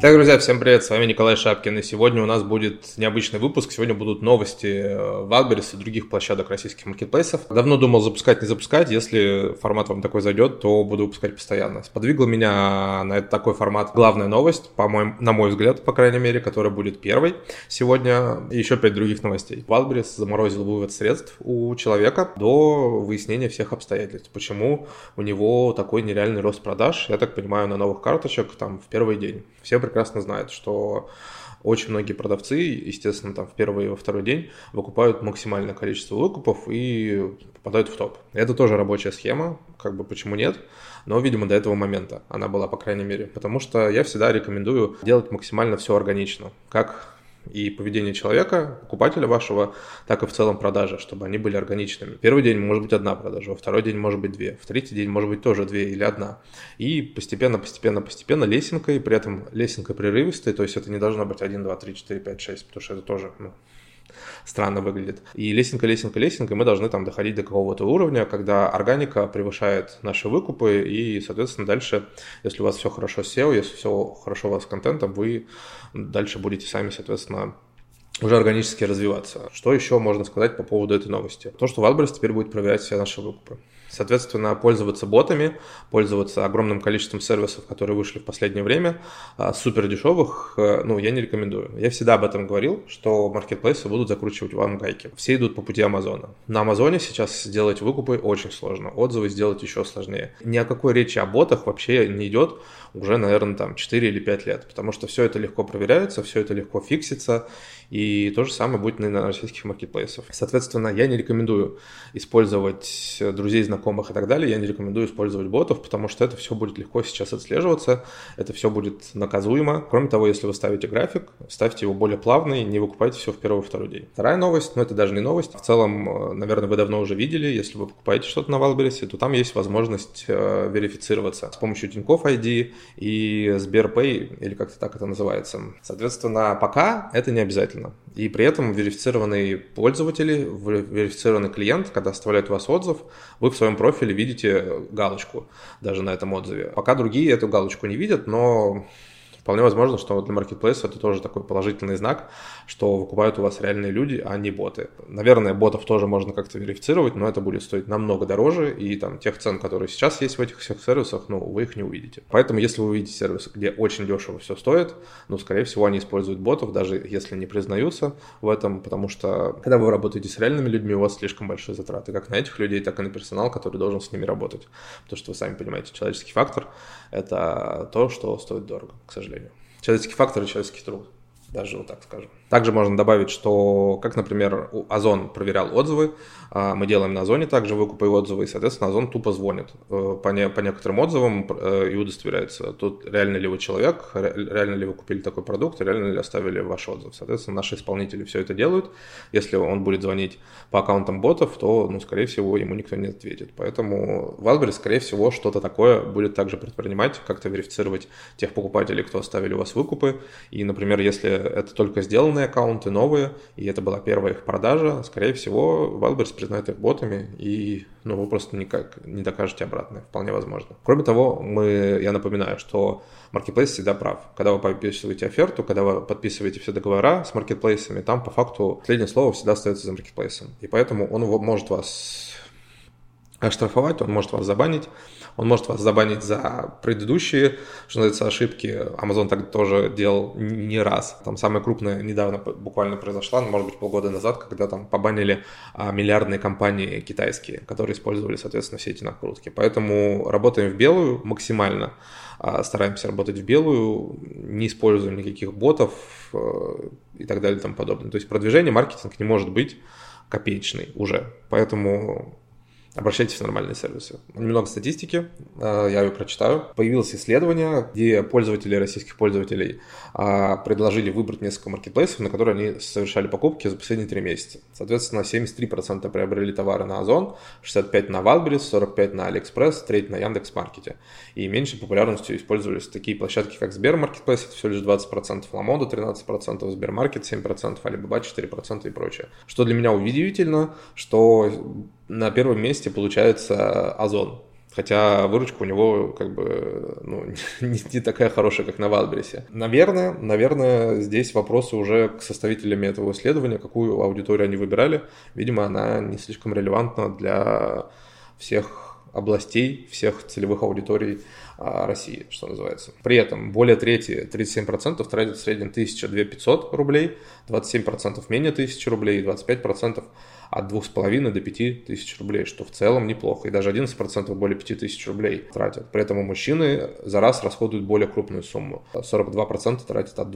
Так, друзья, всем привет, с вами Николай Шапкин, и сегодня у нас будет необычный выпуск, сегодня будут новости Wildberries и других площадок российских маркетплейсов. Давно думал запускать, не запускать, если формат вам такой зайдет, то буду выпускать постоянно. Сподвигла меня на такой формат главная новость, по-моему, на мой взгляд, по крайней мере, которая будет первой сегодня, и еще 5 других новостей. Wildberries заморозил вывод средств у человека до выяснения всех обстоятельств, почему у него такой нереальный рост продаж, я так понимаю, на новых карточек там в первый день. Все прекрасно знают, что очень многие продавцы, естественно, там в первый и во второй день выкупают максимальное количество выкупов и попадают в топ. Это тоже рабочая схема, почему нет, но, видимо, до этого момента она была, по крайней мере, потому что я всегда рекомендую делать максимально все органично, как и поведение человека, покупателя вашего, так и в целом продажи, чтобы они были органичными. Первый день может быть одна продажа, во второй день может быть две, в третий день может быть тоже две или одна. И постепенно лесенкой, при этом лесенка прерывистой, то есть это не должно быть 1, 2, 3, 4, 5, 6, потому что это тоже странно выглядит. И лесенка, мы должны там доходить до какого-то уровня, когда органика превышает наши выкупы, и, соответственно, дальше, если у вас все хорошо с SEO, если все хорошо у вас с контентом, вы дальше будете сами, соответственно, уже органически развиваться. Что еще можно сказать по поводу этой новости? То, что Wildberries теперь будет проверять все наши выкупы. Соответственно, пользоваться ботами, пользоваться огромным количеством сервисов, которые вышли в последнее время, супер дешевых, я не рекомендую. Я всегда об этом говорил, что маркетплейсы будут закручивать вам гайки. Все идут по пути Амазона. На Амазоне сейчас сделать выкупы очень сложно, отзывы сделать еще сложнее. Ни о какой речи о ботах вообще не идет уже, наверное, 4 или 5 лет, потому что все это легко проверяется, все это легко фиксится, и то же самое будет на российских маркетплейсах. Соответственно, я не рекомендую использовать друзей, знакомых и так далее, я не рекомендую использовать ботов, потому что это все будет легко сейчас отслеживаться, это все будет наказуемо. Кроме того, если вы ставите график, ставьте его более плавный, не выкупайте все в первый и второй день. Вторая новость, это даже не новость, в целом, наверное, вы давно уже видели, если вы покупаете что-то на Wildberries, то там есть возможность верифицироваться с помощью Тинькофф ID и Сберпэй, или как-то так это называется. Соответственно, пока это не обязательно. И при этом верифицированные пользователи, верифицированный клиент, когда оставляет у вас отзыв, вы в своем профиле видите галочку даже на этом отзыве. Пока другие эту галочку не видят, но вполне возможно, что для маркетплейса это тоже такой положительный знак, что выкупают у вас реальные люди, а не боты. Наверное, ботов тоже можно как-то верифицировать, но это будет стоить намного дороже, и там тех цен, которые сейчас есть в этих всех сервисах, вы их не увидите. Поэтому, если вы увидите сервисы, где очень дешево все стоит, скорее всего, они используют ботов, даже если не признаются в этом, потому что, когда вы работаете с реальными людьми, у вас слишком большие затраты, как на этих людей, так и на персонал, который должен с ними работать. Потому что вы сами понимаете, человеческий фактор – это то, что стоит дорого, к сожалению. Человеческий фактор и человеческий труд, даже вот так скажем. Также можно добавить, что, как, например, Озон проверял отзывы, мы делаем на Озоне также выкупы и отзывы, и, соответственно, Озон тупо звонит по некоторым отзывам и удостоверяется, тут реально ли вы человек, реально ли вы купили такой продукт, реально ли оставили ваш отзыв. Соответственно, наши исполнители все это делают. Если он будет звонить по аккаунтам ботов, то, скорее всего, ему никто не ответит. Поэтому Wildberries, скорее всего, что-то такое будет также предпринимать, как-то верифицировать тех покупателей, кто оставили у вас выкупы. И, например, если это только сделанные аккаунты, новые, и это была первая их продажа, скорее всего, Wildberries признает их ботами, и вы просто никак не докажете обратное, вполне возможно. Кроме того, я напоминаю, что маркетплейс всегда прав. Когда вы подписываете оферту, когда вы подписываете все договора с маркетплейсами, там по факту последнее слово всегда остается за маркетплейсом. И поэтому он может вас оштрафовать, он может вас забанить, за предыдущие, что называется, ошибки. Amazon так тоже делал не раз. Там самая крупная недавно буквально произошла, может быть, полгода назад, когда там побанили миллиардные компании китайские, которые использовали, соответственно, все эти накрутки. Поэтому работаем в белую максимально, стараемся работать в белую, не используем никаких ботов и так далее и тому подобное. То есть продвижение, маркетинг не может быть копеечный уже. Поэтому обращайтесь в нормальные сервисы. Немного статистики, я ее прочитаю. Появилось исследование, где российских пользователей предложили выбрать несколько маркетплейсов, на которые они совершали покупки за последние 3 месяца. Соответственно, 73% приобрели товары на Озон, 65% на Wildberries, 45% на AliExpress, 3% на Яндекс.Маркете. И меньшей популярностью использовались такие площадки, как Сбермаркетплейс, это всего лишь 20%, Ламода 13%, Сбермаркет 7%, Алибаба 4% и прочее. Что для меня удивительно, что на первом месте получается Озон. Хотя выручка у него как бы не такая хорошая, как на Wildberries. Наверное, здесь вопросы уже к составителям этого исследования, какую аудиторию они выбирали. Видимо, она не слишком релевантна для всех областей, всех целевых аудиторий России, что называется. При этом более трети, 37% тратят в среднем 1500 рублей, 27% менее 1000 рублей и 25% от 2500 до 5000 рублей, что в целом неплохо. И даже 11% более 5000 рублей тратят. При этом мужчины за раз расходуют более крупную сумму. 42% тратят от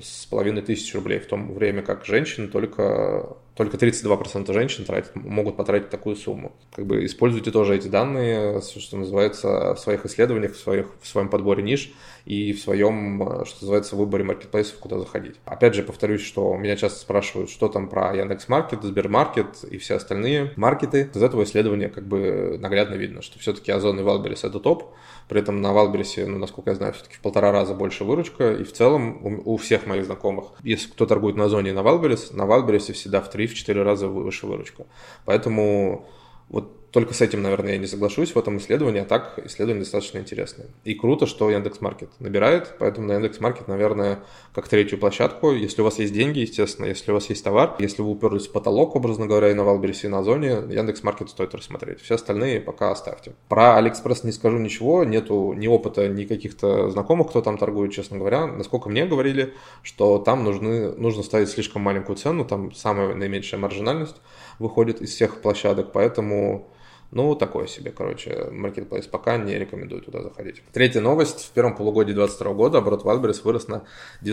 2500 рублей, в то время как женщины только 32% женщин могут потратить такую сумму. Как бы используйте тоже эти данные, что называется, в своих исследованиях, в своем подборе ниш и в своем, что называется, выборе маркетплейсов, куда заходить. Опять же, повторюсь, что меня часто спрашивают, что там про Яндекс.Маркет, Сбермаркет и все остальные маркеты. Из этого исследования как бы наглядно видно, что все-таки Озон и Wildberries — это топ. При этом на Wildberries, насколько я знаю, все-таки в 1,5 раза больше выручка. И в целом у всех моих знакомых, если кто торгует на Озоне и на Wildberries всегда в 3-4 раза выше выручка. Поэтому вот только с этим, наверное, я не соглашусь в этом исследовании, а так исследование достаточно интересное. И круто, что Яндекс.Маркет набирает, поэтому на Яндекс.Маркет, наверное, как третью площадку. Если у вас есть деньги, естественно, если у вас есть товар, если вы уперлись в потолок, образно говоря, и на Wildberries, и на Озоне, Яндекс.Маркет стоит рассмотреть. Все остальные пока оставьте. Про Алиэкспресс не скажу ничего, нету ни опыта, ни каких-то знакомых, кто там торгует, честно говоря. Насколько мне говорили, что там нужно ставить слишком маленькую цену, там самая наименьшая маржинальность выходит из всех площадок, поэтому... такое себе, Marketplace. Пока не рекомендую туда заходить. Третья новость. В первом полугодии 2022 года оборот Wildberries вырос на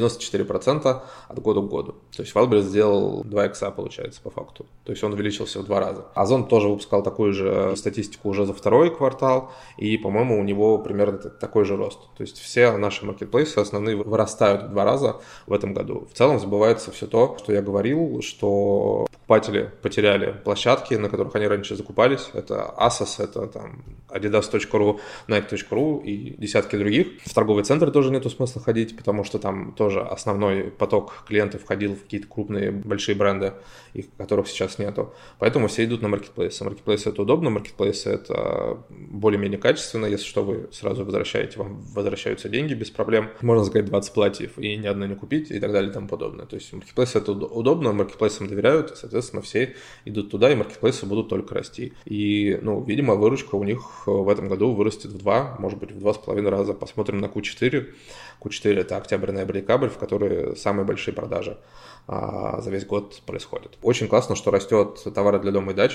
94% от года к году. То есть Wildberries сделал 2 икса, получается, по факту. То есть он увеличился в 2 раза. Озон тоже выпускал такую же статистику уже за второй квартал, и, по-моему, у него примерно такой же рост. То есть все наши маркетплейсы основные вырастают в 2 раза в этом году. В целом забывается все то, что я говорил, что покупатели потеряли площадки, на которых они раньше закупались. Это Asos, это там adidas.ru, nike.ru и десятки других. В торговый центр тоже нету смысла ходить, потому что там тоже основной поток клиентов входил в какие-то крупные, большие бренды, которых сейчас нету. Поэтому все идут на маркетплейсы. Маркетплейсы — это удобно, маркетплейсы — это более-менее качественно. Если что, вы сразу возвращаете, вам возвращаются деньги без проблем. Можно заказать 20 платьев и ни одно не купить и так далее и тому подобное. То есть маркетплейсы — это удобно, маркетплейсам доверяют, соответственно, все идут туда, и маркетплейсы будут только расти. И видимо, выручка у них в этом году вырастет в 2, может быть, в 2,5 раза. Посмотрим на Q4. Q4 — это октябрь, ноябрь, декабрь, в которые самые большие продажи за весь год происходят. Очень классно, что растет товары для дома и дачи,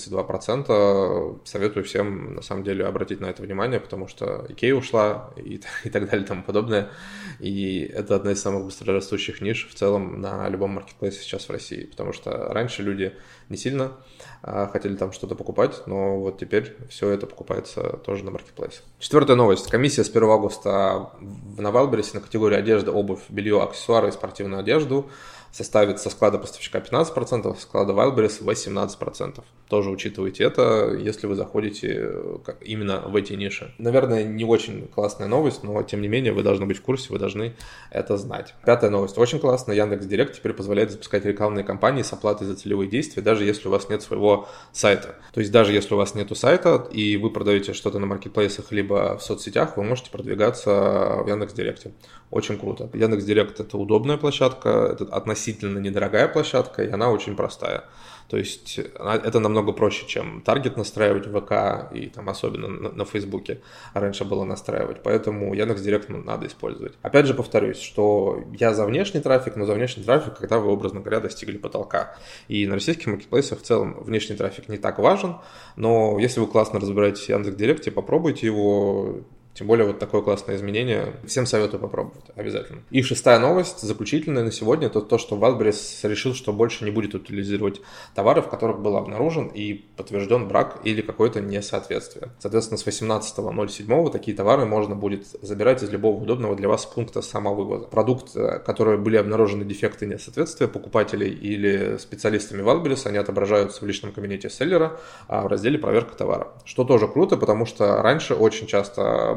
132%. Советую всем, на самом деле, обратить на это внимание, потому что Икея ушла и так далее и тому подобное. И это одна из самых быстрорастущих ниш в целом на любом маркетплейсе сейчас в России, потому что раньше люди не сильно хотели там что-то покупать, но вот теперь все это покупается тоже на маркетплейсе. Четвертая новость. Комиссия с 1 августа на Wildberries на категорию одежда, обувь, белье, аксессуары и спортивную одежду составит со склада поставщика 15%, со склада Wildberries 18%. Тоже учитывайте это, если вы заходите именно в эти ниши. Наверное, не очень классная новость, но тем не менее вы должны быть в курсе, вы должны это знать. Пятая новость. Очень классно. Яндекс.Директ теперь позволяет запускать рекламные кампании с оплатой за целевые действия, даже если у вас нет своего сайта. То есть даже если у вас нету сайта и вы продаете что-то на маркетплейсах либо в соцсетях, вы можете продвигаться в Яндекс.Директе. Очень круто. Яндекс.Директ — это удобная площадка, это относительно недорогая площадка, и она очень простая. То есть это намного проще, чем таргет настраивать в ВК и там особенно на Фейсбуке раньше было настраивать. Поэтому Яндекс.Директ надо использовать. Опять же повторюсь, что я за внешний трафик, но за внешний трафик, когда вы, образно говоря, достигли потолка. И на российских маркетплейсах в целом внешний трафик не так важен, но если вы классно разбираетесь в Яндекс.Директе, попробуйте его. Тем более вот такое классное изменение. Всем советую попробовать, обязательно. И шестая новость, заключительная на сегодня, это то, что Wildberries решил, что больше не будет утилизировать товары, в которых был обнаружен и подтвержден брак или какое-то несоответствие. Соответственно, с 18.07 такие товары можно будет забирать из любого удобного для вас пункта самовывоза. Продукт, которые были обнаружены дефекты и несоответствия покупателей или специалистами Wildberries, они отображаются в личном кабинете селлера в разделе «Проверка товара». Что тоже круто, потому что раньше очень часто были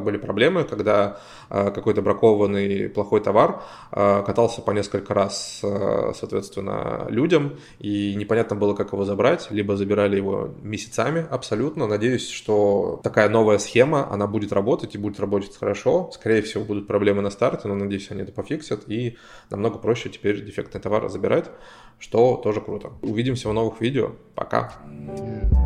были проблемы, когда какой-то бракованный плохой товар катался по несколько раз, соответственно, людям, и непонятно было, как его забрать, либо забирали его месяцами абсолютно. Надеюсь, что такая новая схема, она будет работать и будет работать хорошо. Скорее всего, будут проблемы на старте, но, надеюсь, они это пофиксят, и намного проще теперь дефектный товар забирать, что тоже круто. Увидимся в новых видео. Пока!